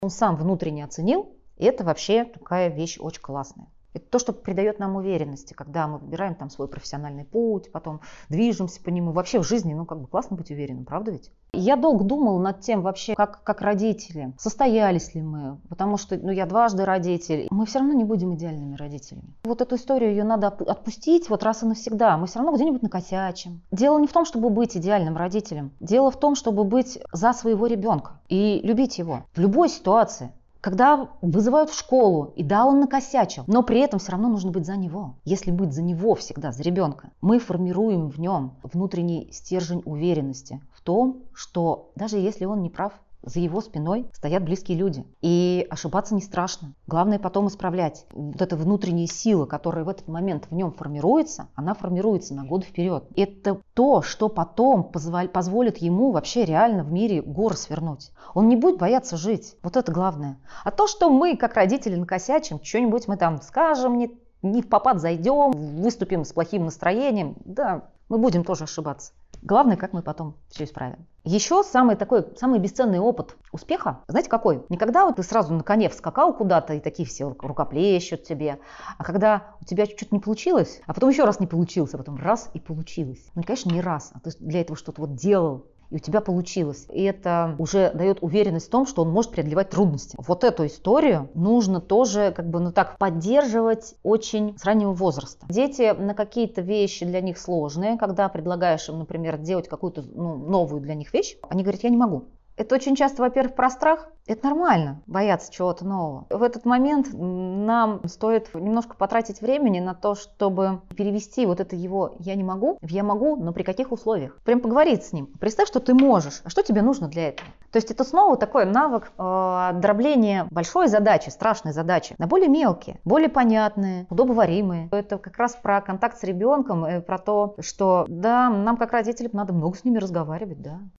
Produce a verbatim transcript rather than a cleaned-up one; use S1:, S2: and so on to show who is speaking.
S1: Он сам внутренне оценил, и это вообще такая вещь очень классная. Это то, что придает нам уверенности, когда мы выбираем там свой профессиональный путь, потом движемся по нему. Вообще в жизни, ну, как бы классно быть уверенным, правда ведь? Я долго думала над тем вообще, как, как родители, состоялись ли мы, потому что, ну, я дважды родитель, мы все равно не будем идеальными родителями. Вот эту историю ее надо отпустить вот раз и навсегда. Мы все равно где-нибудь накосячим. Дело не в том, чтобы быть идеальным родителем. Дело в том, чтобы быть за своего ребенка и любить его в любой ситуации. Когда вызывают в школу, и да, он накосячил, но при этом все равно нужно быть за него. Если быть за него всегда, за ребенка, мы формируем в нем внутренний стержень уверенности в том, что даже если он не прав, за его спиной стоят близкие люди. И ошибаться не страшно. Главное потом исправлять. Вот эта внутренняя сила, которая в этот момент в нем формируется, она формируется на годы вперед. Это то, что потом позволь, позволит ему вообще реально в мире горы свернуть. Он не будет бояться жить. Вот это главное. А то, что мы, как родители, накосячим, что-нибудь мы там скажем, не, не в попад зайдем, выступим с плохим настроением, да, мы будем тоже ошибаться. Главное, как мы потом все исправим. Еще самый такой, самый бесценный опыт успеха, знаете какой? Не когда вот ты сразу на коне вскакал куда-то, и такие все рукоплещут тебе, а когда у тебя чуть-чуть не получилось, а потом еще раз не получилось, а потом раз и получилось. Ну, конечно, не раз, а ты для этого что-то вот делал, и у тебя получилось. И это уже дает уверенность в том, что он может преодолевать трудности. Вот эту историю нужно тоже как бы, ну так, поддерживать очень с раннего возраста. Дети на какие-то вещи для них сложные, когда предлагаешь им, например, делать какую-то ну, новую для них вещь, они говорят, я не могу. Это очень часто, во-первых, про страх. Это нормально, бояться чего-то нового. В этот момент нам стоит немножко потратить времени на то, чтобы перевести вот это его «я не могу» в «я могу, но при каких условиях». Прям поговорить с ним. Представь, что ты можешь, а что тебе нужно для этого. То есть это снова такой навык э, дробления большой задачи, страшной задачи на более мелкие, более понятные, удобоваримые. Это как раз про контакт с ребенком, и про то, что да, нам как родителям надо много с ними разговаривать, да.